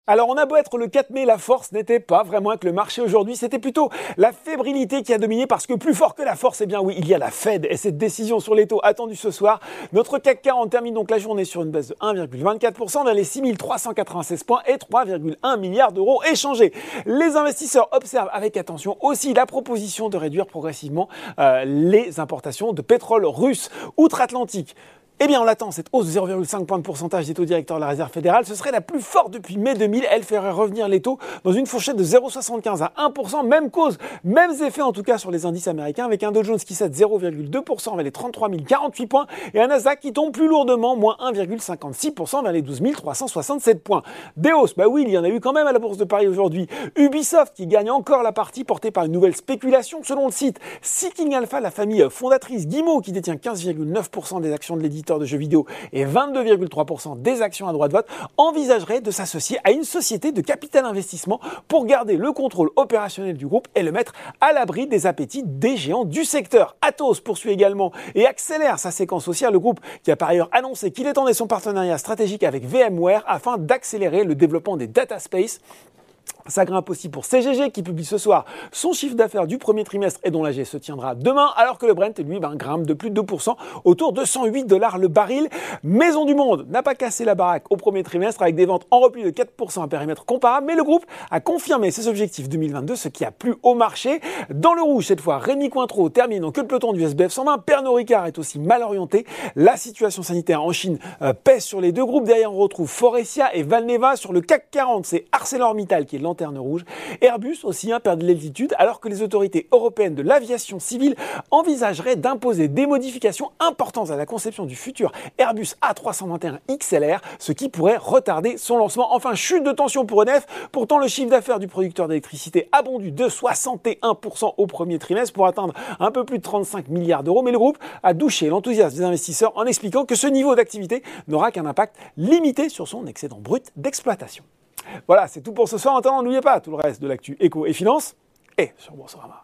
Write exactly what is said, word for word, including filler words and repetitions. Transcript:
Alors on a beau être le quatre mai, la force n'était pas vraiment avec le marché aujourd'hui, c'était plutôt la fébrilité qui a dominé parce que plus fort que la force, eh bien oui, il y a la Fed et cette décision sur les taux attendue ce soir. Notre C A C quarante termine donc la journée sur une baisse de un virgule vingt-quatre pour cent vers les six mille trois cent quatre-vingt-seize points et trois virgule un milliards d'euros échangés. Les investisseurs observent avec attention aussi la proposition de réduire progressivement euh, les importations de pétrole russe outre-Atlantique. Eh bien, on l'attend, cette hausse de zéro virgule cinq points de pourcentage des taux directeurs de la Réserve fédérale, ce serait la plus forte depuis mai deux mille. Elle ferait revenir les taux dans une fourchette de zéro virgule soixante-quinze à un pour cent. Même cause, mêmes effets en tout cas sur les indices américains, avec un Dow Jones qui cède zéro virgule deux pour cent vers les trente-trois mille quarante-huit points et un Nasdaq qui tombe plus lourdement, moins un virgule cinquante-six pour cent vers les douze mille trois cent soixante-sept points. Des hausses, bah oui, il y en a eu quand même à la Bourse de Paris aujourd'hui. Ubisoft qui gagne encore la partie portée par une nouvelle spéculation. Selon le site Seeking Alpha, la famille fondatrice Guillemot, qui détient quinze virgule neuf pour cent des actions de l'éditeur de jeux vidéo et vingt-deux virgule trois pour cent des actions à droit de vote, envisagerait de s'associer à une société de capital investissement pour garder le contrôle opérationnel du groupe et le mettre à l'abri des appétits des géants du secteur. Atos poursuit également et accélère sa séquence haussière, le groupe qui a par ailleurs annoncé qu'il étendait son partenariat stratégique avec VMware afin d'accélérer le développement des data space. Ça grimpe aussi pour C G G qui publie ce soir son chiffre d'affaires du premier trimestre et dont l'A G se tiendra demain, alors que le Brent, lui, ben, grimpe de plus de deux pour cent autour de cent huit dollars le baril. Maison du Monde n'a pas cassé la baraque au premier trimestre avec des ventes en repli de quatre pour cent à périmètre comparable, mais le groupe a confirmé ses objectifs deux mille vingt-deux, ce qui a plu au marché. Dans le rouge, cette fois, Rémi Cointreau termine en queue de peloton du S B F cent vingt. Pernod Ricard est aussi mal orienté. La situation sanitaire en Chine euh, pèse sur les deux groupes. Derrière, on retrouve Forestia et Valneva. Sur le C A C quarante, c'est ArcelorMittal qui est lanterne rouge. Airbus aussi hein, perd de l'altitude alors que les autorités européennes de l'aviation civile envisageraient d'imposer des modifications importantes à la conception du futur Airbus A trois cent vingt et un X L R, ce qui pourrait retarder son lancement. Enfin, chute de tension pour E D F. Pourtant, le chiffre d'affaires du producteur d'électricité a bondi de soixante et un pour cent au premier trimestre pour atteindre un peu plus de trente-cinq milliards d'euros. Mais le groupe a douché l'enthousiasme des investisseurs en expliquant que ce niveau d'activité n'aura qu'un impact limité sur son excédent brut d'exploitation. Voilà, c'est tout pour ce soir. En attendant, n'oubliez pas tout le reste de l'actu éco et finance et sur Boursorama.